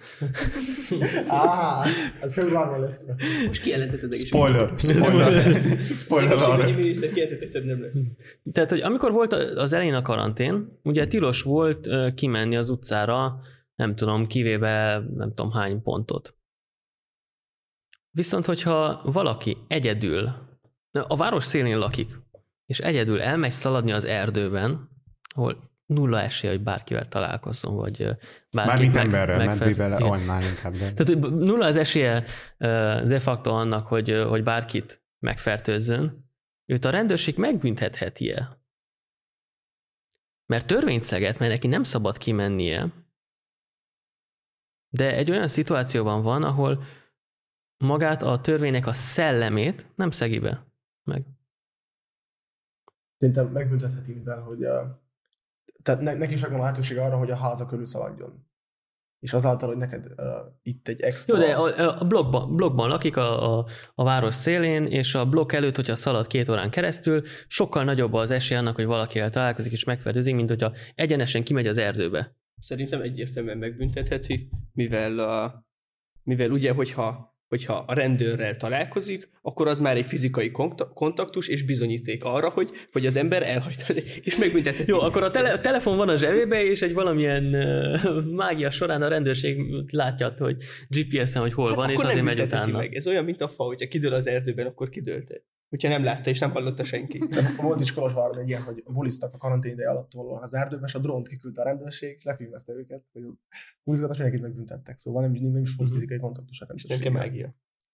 Ez februárban lesz. Most kijelentetted egész. Spoiler arra. Miniszter kijelentetted, nem lesz. Tehát, hogy amikor volt az elején a karantén, ugye tilos volt kimenni az utcára nem tudom, kivéve nem tudom hány pontot. Viszont, hogyha valaki egyedül, a város szélén lakik, és egyedül elmegy szaladni az erdőben, ahol nulla esély, hogy bárkivel találkozzon, vagy bárkit Mármint emberrel, medvével, már inkább. Tehát hogy nulla az esélye de facto annak, hogy bárkit megfertőzzön, őt a rendőrség megbüntetheti-e? Mert törvényt szeget, mert neki nem szabad kimennie, de egy olyan szituációban van, ahol magát a törvénynek a szellemét nem szegi be meg. Szerintem megbüntetheti, mivel hogy tehát neki is megvan a lehetőség arra, hogy a háza körül szaladjon. És azáltal, hogy neked itt egy extra... Jó, de a blokkban lakik a város szélén, és a blokk előtt, hogyha szalad 2 órán keresztül, sokkal nagyobb az esély annak, hogy valakivel találkozik és megfertőzik, mint hogyha egyenesen kimegy az erdőbe. Szerintem egyértelműen megbüntetheti, mivel ugye, hogyha a rendőrrel találkozik, akkor az már egy fizikai kontaktus és bizonyíték arra, hogy az ember elhagyta, és megbüntetheti. Jó, akkor a telefon van a zsebébe, és egy valamilyen mágia során a rendőrség látja, hogy GPS-en, hogy hol van, és azért megy utána. Meg. Ez olyan, mint a fa, hogyha kidől az erdőben, akkor kidőlte. Hogyha nem látta és nem hallotta senki. Volt is Kolozsváron egy ilyen, hogy buliztak a karantén ideje alatt volna az erdőben, és a drónt kiküldte a rendőrség, lefilmezte őket, hogy bulizgatás mindenkit megbüntettek. Szóval nem is volt fizikai kontaktus a rendőrség. Mágia.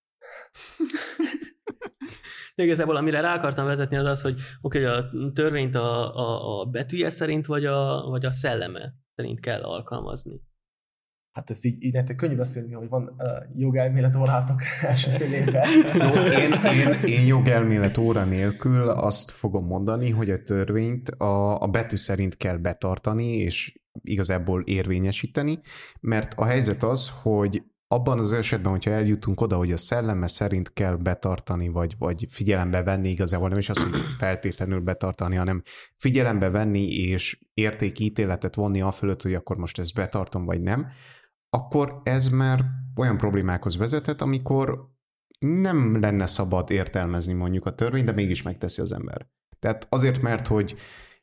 Igazából amire rá akartam vezetni az, hogy oké, a törvényt a betűje szerint, vagy a szelleme szerint kell alkalmazni. Hát ezt így nektek könnyű beszélni, hogy van jogelmélet órátok első fél évben. Én jogelmélet óra nélkül azt fogom mondani, hogy a törvényt a betű szerint kell betartani, és igazából érvényesíteni, mert a helyzet az, hogy abban az esetben, hogyha eljutunk oda, hogy a szelleme szerint kell betartani, vagy figyelembe venni, igazából nem is az, hogy feltétlenül betartani, hanem figyelembe venni és értékítéletet vonni afölött, hogy akkor most ezt betartom, vagy nem, akkor ez már olyan problémákhoz vezethet, amikor nem lenne szabad értelmezni mondjuk a törvényt, de mégis megteszi az ember. Tehát azért, mert hogy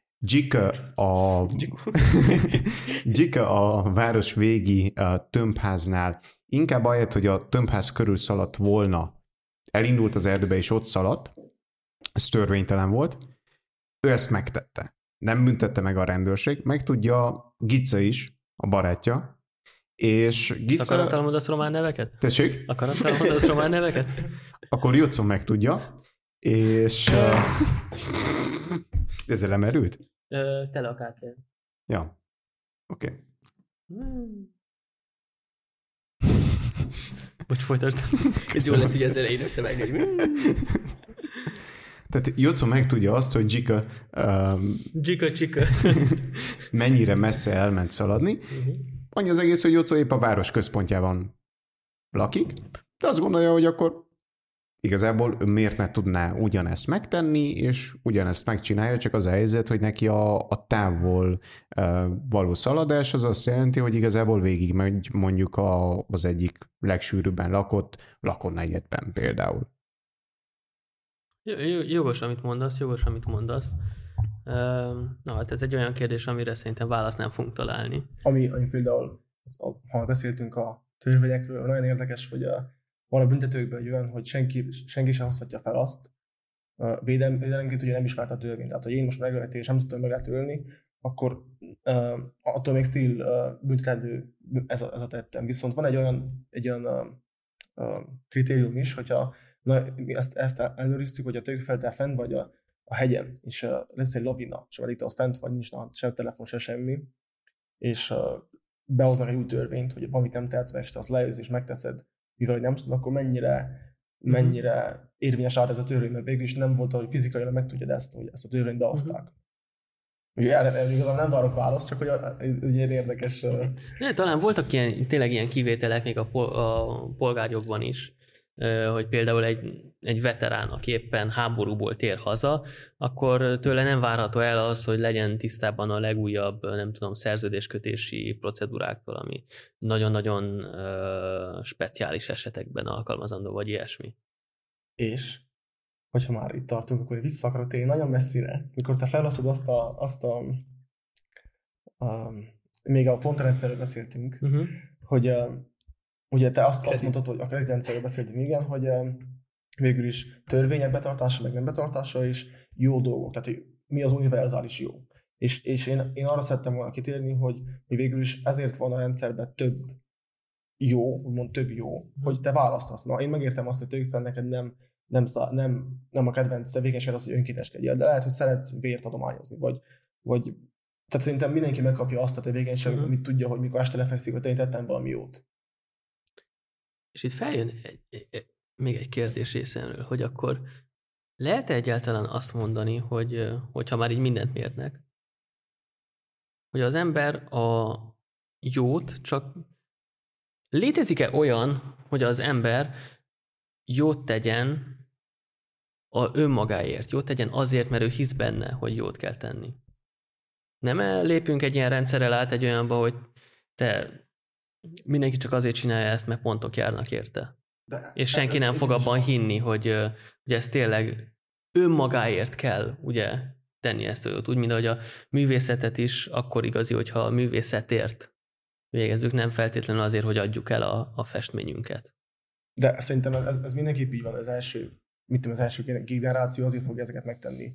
Dzsika a város végi tömbháznál inkább ahelyett, hogy a tömbház körül szaladt volna, elindult az erdőbe és ott szaladt, ez törvénytelen volt, ő ezt megtette. Nem büntette meg a rendőrség, meg tudja Gica is, a barátja, és Gica... Akarattal mondasz román neveket? Tessék? Akarattal mondasz román neveket? Akkor Jocó meg tudja, és... ezzel lemerült? Tele a kártyád. Ja. Oké. Bocs, folytasd. Ez jó lesz, hogy ezzel én összevágni, hogy Tehát Jocó megtudja azt, hogy Dzsika Dzsika mennyire messze elment szaladni. Annyi az egész, hogy Jocó épp a város központjában lakik, de azt gondolja, hogy akkor igazából miért ne tudná ugyanezt megtenni, és ugyanezt megcsinálja, csak az a helyzet, hogy neki a távol való szaladás az azt jelenti, hogy igazából végig megy mondjuk az egyik legsűrűbben lakott lakónegyedben például. Jogos, amit mondasz. Na, hát ez egy olyan kérdés, amire szerintem választ nem fogunk találni. Ami például, ha beszéltünk a törvényekről, nagyon érdekes, hogy van a büntetőkben egy olyan, hogy senki sem hozhatja fel azt, védelemként ugye nem ismert a törvény. Tehát, hogy én most megölhettél és nem tudtam megölni, akkor attól még still büntetendő ez a tettem. Viszont van egy olyan kritérium is, hogyha ezt ellenőriztük, hogy a tőkefeltel fent vagy a hegyen, és lesz egy lavina, és itt ott fent vagy, nincs se telefon, se semmi, és behoznak egy új törvényt, hogy valamit nem tehetsz meg, és te azt lejössz és megteszed, mivel nem tudod, akkor mennyire érvényes állt ez a törvény, mert végül is nem volt, hogy fizikailag megtudjad ezt, hogy ezt a törvényt behozták. Ugye erre igazán nem várok választ, csak hogy egy ilyen érdekes... Talán voltak tényleg ilyen kivételek még a polgárjogban is, hogy például egy veterán, aki éppen háborúból tér haza, akkor tőle nem várható el az, hogy legyen tisztában a legújabb, nem tudom, szerződéskötési procedúráktól, ami nagyon-nagyon speciális esetekben alkalmazandó, vagy ilyesmi. És, hogyha már itt tartunk, akkor vissza akarok térni nagyon messzire, mikor te felhasználod még a pontrendszerről beszéltünk, hogy ugye te azt mondtad, hogy a kreditrendszerről beszéltünk, igen, hogy végül is törvények betartása, meg nem betartása is jó dolgok, tehát hogy mi az univerzális jó. És én arra szerettem volna kitérni, hogy végül is ezért van a rendszerben több jó, úgymond több jó, hogy te választasz. Na, én megértem azt, hogy tegyük fel neked nem a kedvenc tevékenység az, hogy önkénteskedjél, de lehet, hogy szeretsz vért adományozni, vagy tehát szerintem mindenki megkapja azt a tevékenységet, amit tudja, hogy mikor este lefekszik, hogy én tettem valami jót. És itt feljön még egy kérdés részemről, hogy akkor lehet-e egyáltalán azt mondani, hogyha már így mindent mérnek, hogy az ember a jót csak létezik-e olyan, hogy az ember jót tegyen önmagáért, jót tegyen azért, mert ő hisz benne, hogy jót kell tenni. Nem lépünk egy ilyen rendszerrel át egy olyanba, hogy mindenki csak azért csinálja ezt, mert pontok járnak érte. És senki nem fog abban hinni, hogy ez tényleg önmagáért kell ugye tenni ezt a jót. Úgy, mint ahogy a művészetet is akkor igazi, hogyha a művészetért végezzük, nem feltétlenül azért, hogy adjuk el a festményünket. De szerintem ez mindenképp így van. Az első generáció azért fogja ezeket megtenni,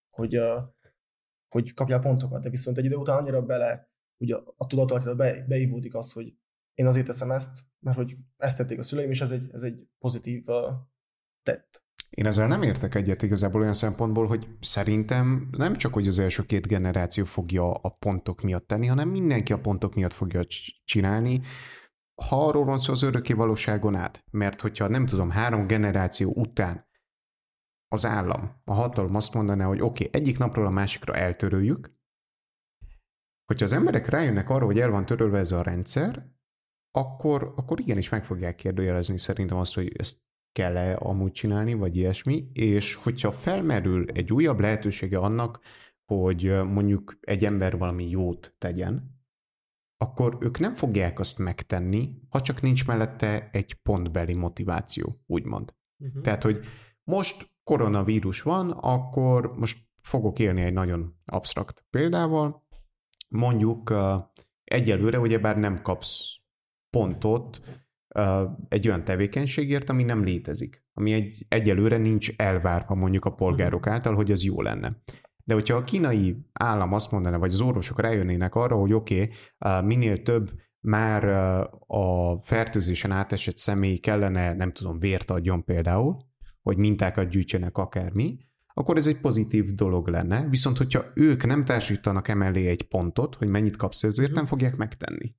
hogy kapjál pontokat, de viszont egy idő után annyira ugye a tudatalatilag beívódik az, hogy én azért teszem ezt, mert hogy ezt tették a szüleim, és ez egy pozitív tett. Én ezzel nem értek egyet igazából olyan szempontból, hogy szerintem nem csak, hogy az első 2 generáció fogja a pontok miatt tenni, hanem mindenki a pontok miatt fogja csinálni, ha arról van szó az örökké valóságon át. Mert hogyha nem tudom, 3 generáció után az állam, a hatalom azt mondaná, hogy oké, egyik napról a másikra eltöröljük, hogyha az emberek rájönnek arra, hogy el van törölve ez a rendszer, akkor igenis meg fogják kérdőjelezni szerintem azt, hogy ezt kell-e amúgy csinálni, vagy ilyesmi, és hogyha felmerül egy újabb lehetősége annak, hogy mondjuk egy ember valami jót tegyen, akkor ők nem fogják azt megtenni, ha csak nincs mellette egy pontbeli motiváció, úgymond. Tehát, hogy most koronavírus van, akkor most fogok élni egy nagyon absztrakt példával, mondjuk egyelőre ugyebár nem kapsz pontot egy olyan tevékenységért, ami nem létezik, ami egyelőre nincs elvárva mondjuk a polgárok által, hogy ez jó lenne. De hogyha a kínai állam azt mondaná, vagy az orvosok rájönnének arra, hogy oké, minél több már a fertőzésen átesett személy kellene, nem tudom, vért adjon például, hogy mintákat gyűjtsenek akármi, akkor ez egy pozitív dolog lenne. Viszont hogyha ők nem társítanak emellé egy pontot, hogy mennyit kapsz ezért, nem fogják megtenni.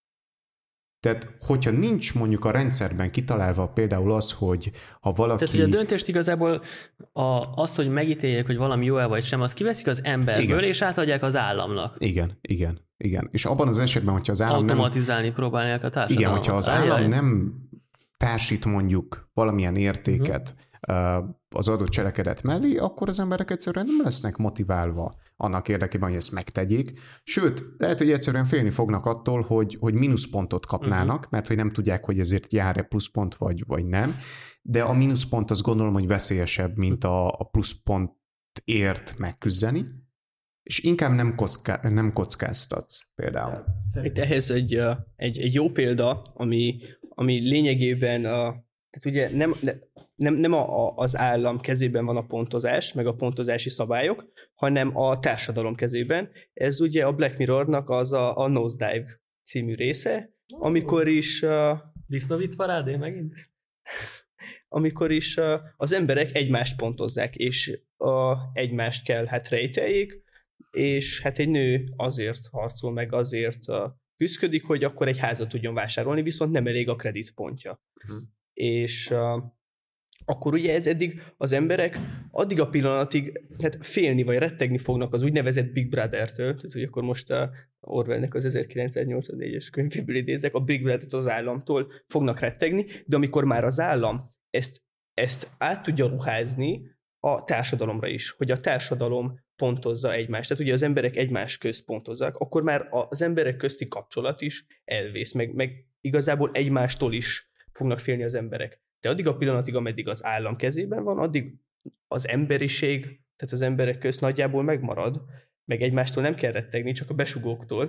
Tehát, hogyha nincs mondjuk a rendszerben kitalálva például az, hogy ha valaki... Tehát, hogy a döntést igazából azt, hogy megítéljék, hogy valami jó-e vagy sem, azt kiveszik az emberből, igen, és átadják az államnak. Igen. És abban az esetben, hogyha az állam automatizálni próbálják a társadalmat. Igen, hogyha az állam nem társít mondjuk valamilyen értéket az adott cselekedet mellé, akkor az emberek egyszerűen nem lesznek motiválva annak érdekében, hogy ezt megtegyék. Sőt, lehet, hogy egyszerűen félni fognak attól, hogy mínuszpontot kapnának, mert hogy nem tudják, hogy ezért jár-e pluszpont, vagy nem. De a mínuszpont azt gondolom, hogy veszélyesebb, mint a pluszpontért megküzdeni, és inkább nem kockáztatsz például. Itt ehhez egy jó példa, ami lényegében tehát ugye nem az állam kezében van a pontozás, meg a pontozási szabályok, hanem a társadalom kezében. Ez ugye a Black Mirrornak az a Nosedive című része, amikor is... Disznóvic parádé megint? Amikor is az emberek egymást pontozzák, és egymást kell rejteljék, és hát egy nő azért harcol meg, azért küszködik, hogy akkor egy házat tudjon vásárolni, viszont nem elég a kreditpontja. És akkor ugye ez eddig az emberek addig a pillanatig félni vagy rettegni fognak az úgynevezett Big Brother-től, tehát hogy akkor most Orwellnek az 1984-es könyvéből idézek, a Big Brother-t az államtól fognak rettegni, de amikor már az állam ezt át tudja ruházni a társadalomra is, hogy a társadalom pontozza egymást, tehát ugye az emberek egymás közt pontozzák, akkor már az emberek közti kapcsolat is elvész, meg igazából egymástól is fognak félni az emberek. De addig a pillanatig, ameddig az állam kezében van, addig az emberiség, tehát az emberek közt nagyjából megmarad, meg egymástól nem kell rettegni, csak a besugóktól,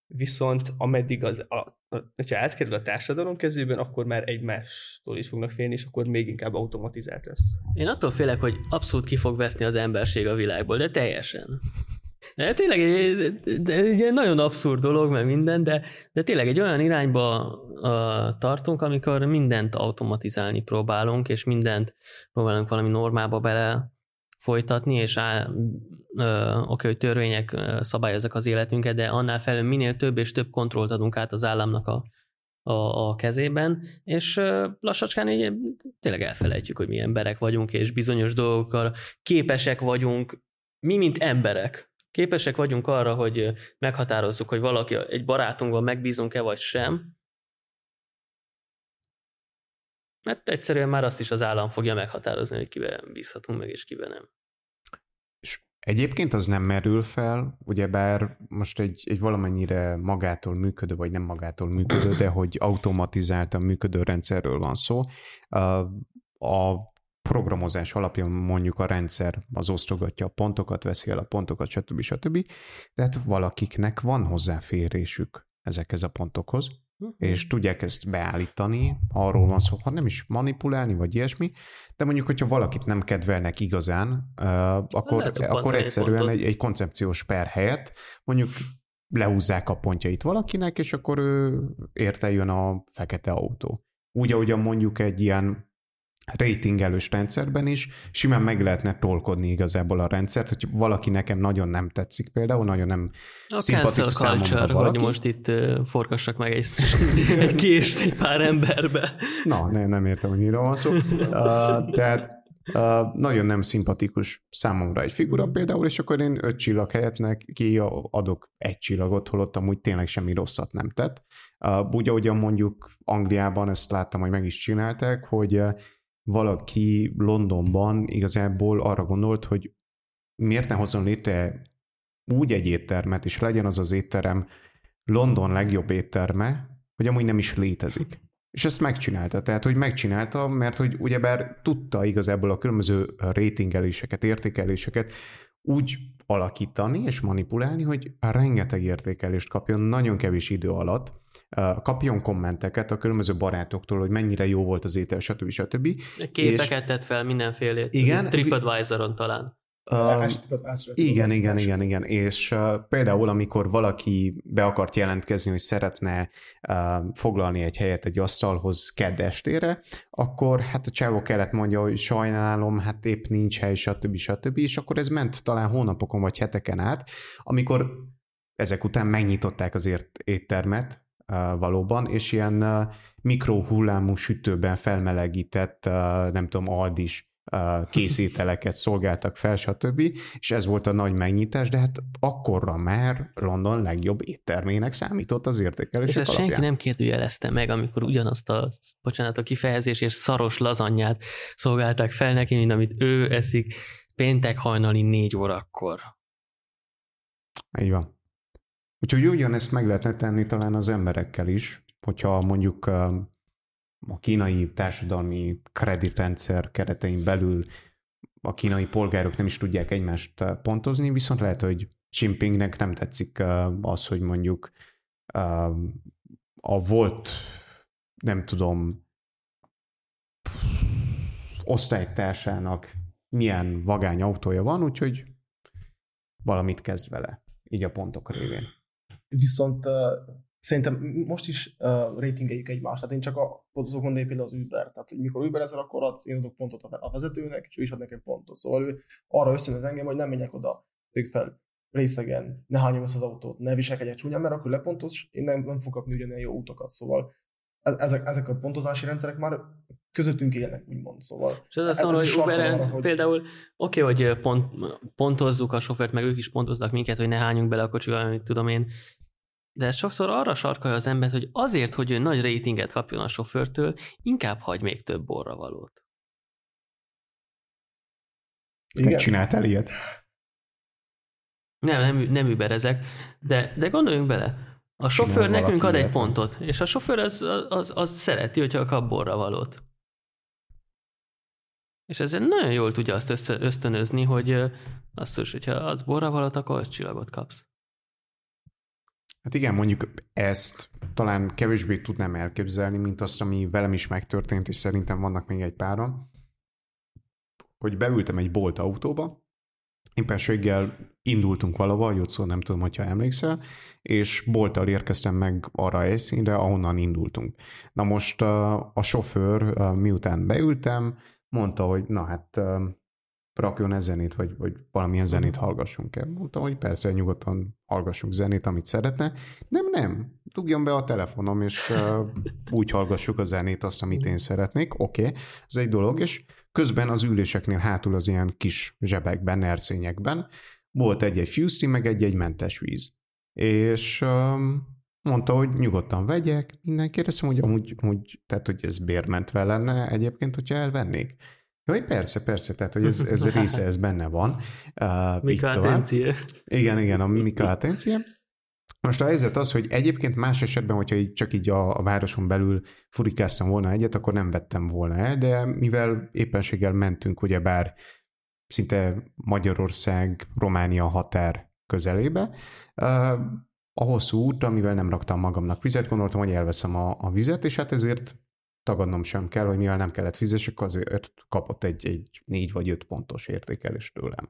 viszont ameddig hogyha átkerül a társadalom kezében, akkor már egymástól is fognak félni, és akkor még inkább automatizált lesz. Én attól félek, hogy abszolút ki fog veszni az emberség a világból, de teljesen. De tényleg egy nagyon abszurd dolog, meg minden, de tényleg egy olyan irányba tartunk, amikor mindent automatizálni próbálunk, és mindent próbálunk valami normába bele folytatni, és oké, hogy törvények szabályozzák az életünket, de annál felül minél több és több kontrollt adunk át az államnak a kezében, és lassacskán így tényleg elfelejtjük, hogy mi emberek vagyunk, és bizonyos dolgokkal képesek vagyunk, mi mint emberek, képesek vagyunk arra, hogy meghatározzuk, hogy valaki, egy barátunkban megbízunk-e vagy sem, mert egyszerűen már azt is az állam fogja meghatározni, hogy kivel bízhatunk meg, és kivel nem. És egyébként az nem merül fel, ugyebár most egy valamennyire magától működő, vagy nem magától működő, de hogy automatizáltan működő rendszerről van szó. A programozás alapján mondjuk a rendszer az osztogatja a pontokat, veszi el a pontokat, stb. De hát valakiknek van hozzáférésük ezekhez a pontokhoz, és tudják ezt beállítani, arról van szó, ha nem is manipulálni, vagy ilyesmi, de mondjuk, hogyha valakit nem kedvelnek igazán, akkor egyszerűen egy koncepciós per helyett mondjuk lehúzzák a pontjait valakinek, és akkor ő érte jön a fekete autó. Úgy, ahogyan mondjuk egy ilyen ratingelős rendszerben is simán meg lehetne tolkodni igazából a rendszert, hogy valaki nekem nagyon nem tetszik például, nagyon nem szimpatikus számomra valaki. Hogy most itt forgassak meg egy kést egy pár emberbe. Na, nem értem, hogy miről van szó. Tehát nagyon nem szimpatikus számomra egy figura például, és akkor én 5 csillag helyett neki adok 1 csillagot, holott amúgy tényleg semmi rosszat nem tett. Úgy, ahogyan mondjuk Angliában ezt láttam, hogy meg is csinálták, hogy valaki Londonban igazából arra gondolt, hogy miért ne hozzon létre úgy egy éttermet, és legyen az az étterem London legjobb étterme, hogy amúgy nem is létezik. És ezt megcsinálta. Tehát, hogy megcsinálta, mert hogy ugyebár tudta igazából a különböző ratingeléseket, értékeléseket úgy alakítani és manipulálni, hogy rengeteg értékelést kapjon nagyon kevés idő alatt, kapjon kommenteket a különböző barátoktól, hogy mennyire jó volt az étel, stb. Képeket tett fel mindenfélét. Igen. TripAdvisoron talán. Igen. És például, amikor valaki be akart jelentkezni, hogy szeretne foglalni egy helyet egy asztalhoz kedd estére, akkor hát a csávó kellett mondja, hogy sajnálom, hát épp nincs hely, stb. És akkor ez ment talán hónapokon vagy heteken át, amikor ezek után megnyitották az éttermet valóban, és ilyen mikrohullámú sütőben felmelegített, nem tudom, Aldis készételeket szolgáltak fel, stb. És ez volt a nagy megnyitás, de hát akkorra már London legjobb éttermének számított az értékelések alapján. És senki nem kérdőjelezte meg, amikor ugyanazt a kifejezésért szaros lazanyát szolgálták fel neki, mint amit ő eszik péntek hajnali 4 órakor. Így van. Úgyhogy ugyanezt meg lehetne tenni talán az emberekkel is, hogyha mondjuk a kínai társadalmi kreditrendszer keretein belül a kínai polgárok nem is tudják egymást pontozni, viszont lehet, hogy Xi Jinpingnek nem tetszik az, hogy mondjuk a volt, nem tudom, osztálytársának milyen vagány autója van, úgyhogy valamit kezd vele, így a pontok révén. Viszont szerintem most is ratingeljük egymást. Tehát én csak azok mondani például az Uber. Tehát mikor Uberezel, akkor én adok pontot a vezetőnek, és ő is ad nekem pontot. Szóval ő arra ösztönöz engem, hogy nem menjek oda, tegyük fel részegen, ne hányom össze az autót, ne viselkedjek csúnyán, mert akkor lepontos, én nem fogok kapni ugyanilyen jó utakat. Szóval ezek a pontozási rendszerek már közöttünk élnek, úgymond. Szóval és az azt mondom, hogy Uberen például oké, hogy pontozzuk a sofőrt, meg ők is pontoznak minket, hogy ne hányunk bele a kocsival, amit tudom én, de ez sokszor arra sarkalja az embert, hogy azért, hogy ő nagy ratinget kapjon a sofőrtől, inkább hagy még több borravalót. Te csináltál ilyet? Nem überezek, de gondoljunk bele. A sofőr nekünk ad egy pontot, és a sofőr az szereti, hogyha kap borravalót. És ezzel nagyon jól tudja azt ösztönözni, hogy azt is, hogyha az borravalót, akkor az csillagot kapsz. Hát igen, mondjuk ezt talán kevésbé tudnám elképzelni, mint azt, ami velem is megtörtént, és szerintem vannak még egy páran, hogy beültem egy Bolt autóba, éppenséggel indultunk valahova, Jocó, nem tudom, hogyha emlékszel, és Bolttal érkeztem meg arra a helyszínre, ahonnan indultunk. Na most a sofőr, miután beültem, mondta, hogy na hát rakjon zenét, vagy valamilyen zenét hallgassunk el. Mondtam, hogy persze, nyugodtan hallgassunk zenét, amit szeretne. Nem, dugjon be a telefonom, és úgy hallgassuk a zenét, azt, amit én szeretnék. Oké, ez egy dolog, és közben az üléseknél hátul az ilyen kis zsebekben, ercényekben volt egy fűszti, meg egy mentes víz. És mondta, hogy nyugodtan vegyek. Minden kérdeztem, hogy amúgy tehát, hogy ez bérmentve lenne egyébként, hogyha elvennék. Jaj, persze, tehát, hogy ez része, ez benne van. Mika Atenție. Igen, a Mika Atenție. Most a helyzet az, hogy egyébként más esetben, hogyha csak így a városon belül furikáztam volna egyet, akkor nem vettem volna el, de mivel éppenséggel mentünk ugyebár szinte Magyarország-Románia határ közelébe, a hosszú útra, mivel nem raktam magamnak vizet, gondoltam, hogy elveszem a vizet, és hát ezért tagadnom sem kell, hogy mivel nem kellett fizessek, azért kapott egy 4 vagy 5 pontos értékelést tőlem.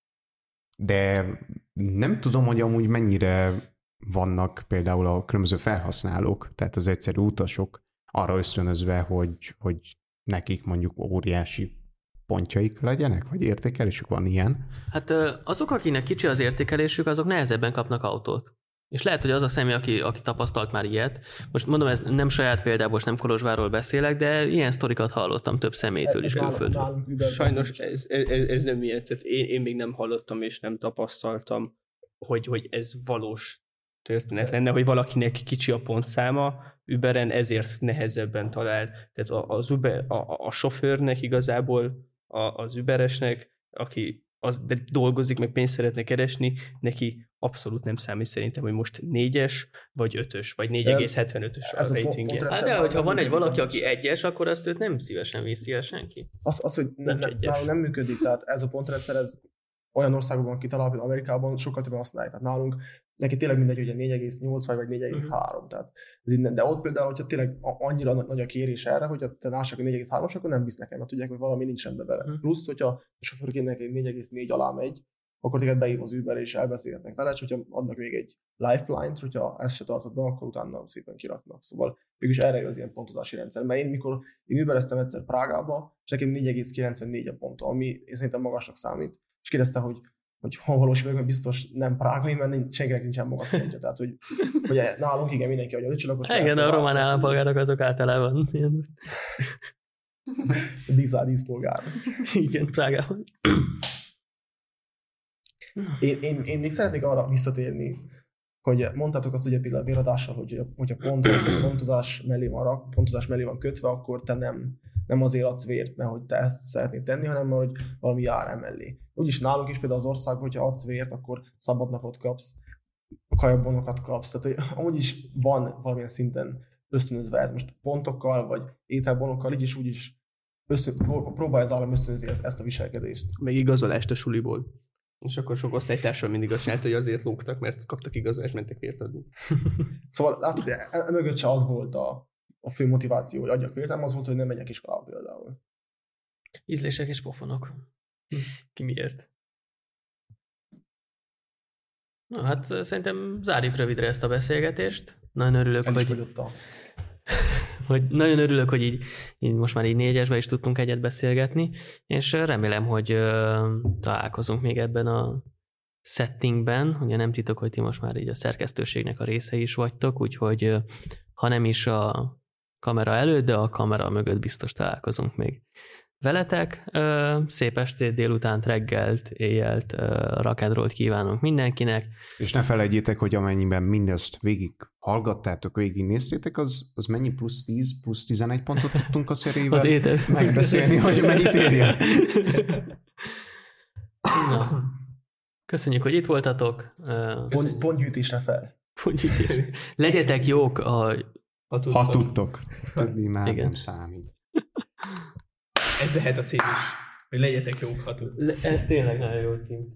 De nem tudom, hogy amúgy mennyire vannak például a különböző felhasználók, tehát az egyszerű utasok arra ösztönözve, hogy nekik mondjuk óriási pontjaik legyenek, vagy értékelésük van ilyen? Hát azok, akinek kicsi az értékelésük, azok nehezebben kapnak autót. És lehet, hogy az a személy, aki tapasztalt már ilyet. Most mondom, ez nem saját példából, most nem Kolozsvárról beszélek, de ilyen sztorikat hallottam több személytől is külföldről. Sajnos ez nem ilyen, tehát én még nem hallottam és nem tapasztaltam, hogy ez valós történet lenne, hogy valakinek kicsi a pontszáma, Uberen ezért nehezebben talál. Tehát az Uber, a sofőrnek igazából, az Uberesnek, aki de dolgozik, meg pénzt szeretne keresni, neki abszolút nem számít szerintem, hogy most 4-es, vagy 5-ös, vagy 4,75-ös a ratingje. Hát de, hogyha van egy valaki, aki 1-es, akkor azt őt nem szívesen viszi el senki. Az hogy nem működik, tehát ez a pontrendszer, ez olyan országokban kitalálva, például Amerikában sokkal többen használják. Tehát nálunk neki tényleg mindegy, hogy 4,8 vagy 4,3. Tehát ez innen, de ott például, hogyha tényleg annyira nagy a kérés erre, hogy te lássak, hogy 4,3-as, akkor nem visz nekem, mert tudják, hogy valami nincs rendben vele. Plusz, hogyha a sofőrkének egy 4,4 alá megy, akkor téged beír az Uber és elbeszélhetnek vele, és hogyha adnak még egy lifeline-t, hogyha ezt se tartod be, akkor utána szépen kiraknak. Szóval mégis erre jön az ilyen pontozási rendszer. Mert én Ubereztem egyszer Prágába, és nekem 4,94 a pont, ami szerintem magasnak számít. És kérdezte, hogy hol valós vagyok, mert biztos nem prágai, mert senkinek nincsen magas pontja. Tehát, hogy nálunk igen, mindenki adja 5 csillagos. Igen, a román állampolgárok azok általában ilyen... díszpolgár. Igen, Prágában. Én még szeretnék arra visszatérni, hogy mondtátok azt ugye például béradással, hogy a pontozás mellé van kötve, akkor te nem azért adsz vért, mert hogy te ezt szeretnéd tenni, hanem mert hogy valami jár emellé. Úgyis nálunk is például az országban, hogyha adsz vért, akkor szabadnapot kapsz, kajabonokat kapsz, tehát hogy amúgy is van valamilyen szinten ösztönözve ez most pontokkal, vagy ételbonokkal, így is úgy is próbálja az állam ösztönözni ezt a viselkedést. Meg igazolást a suliból. És akkor sok osztálytársal mindig azt csinált, hogy azért lógtak, mert kaptak igazolást, mentek vért adni. Szóval látod, hogy mögött se az volt a fő motiváció, hogy adjak vért, az volt, hogy nem megyek iskolába például. Ízlések és pofonok. Ki miért? Na hát szerintem zárjuk rövidre ezt a beszélgetést. Nagyon örülök, nagyon örülök, hogy így most már így 4-esben is tudtunk egyet beszélgetni, és remélem, hogy találkozunk még ebben a settingben. Ugye nem titok, hogy ti most már így a szerkesztőségnek a részei is vagytok, úgyhogy ha nem is a kamera előtt, de a kamera mögött biztos találkozunk még veletek. Szép estét, délutánt, reggelt, éjjelt, rock and rollt kívánunk mindenkinek. És ne felejtjétek, hogy amennyiben mindezt végig hallgattátok, végig néztétek, az mennyi plusz 10, plusz 11 pontot tudtunk a szerivel megbeszélni, hogy mennyit érjen. Na. Köszönjük, hogy itt voltatok. Pontgyűjtésre fel. Pontgyűjtés. Legyetek jók, ha tudtok. Többi már nem számít. Ez lehet a cím is, hogy legyetek jók, ha tudtok. Ez tényleg nagyon jó cím.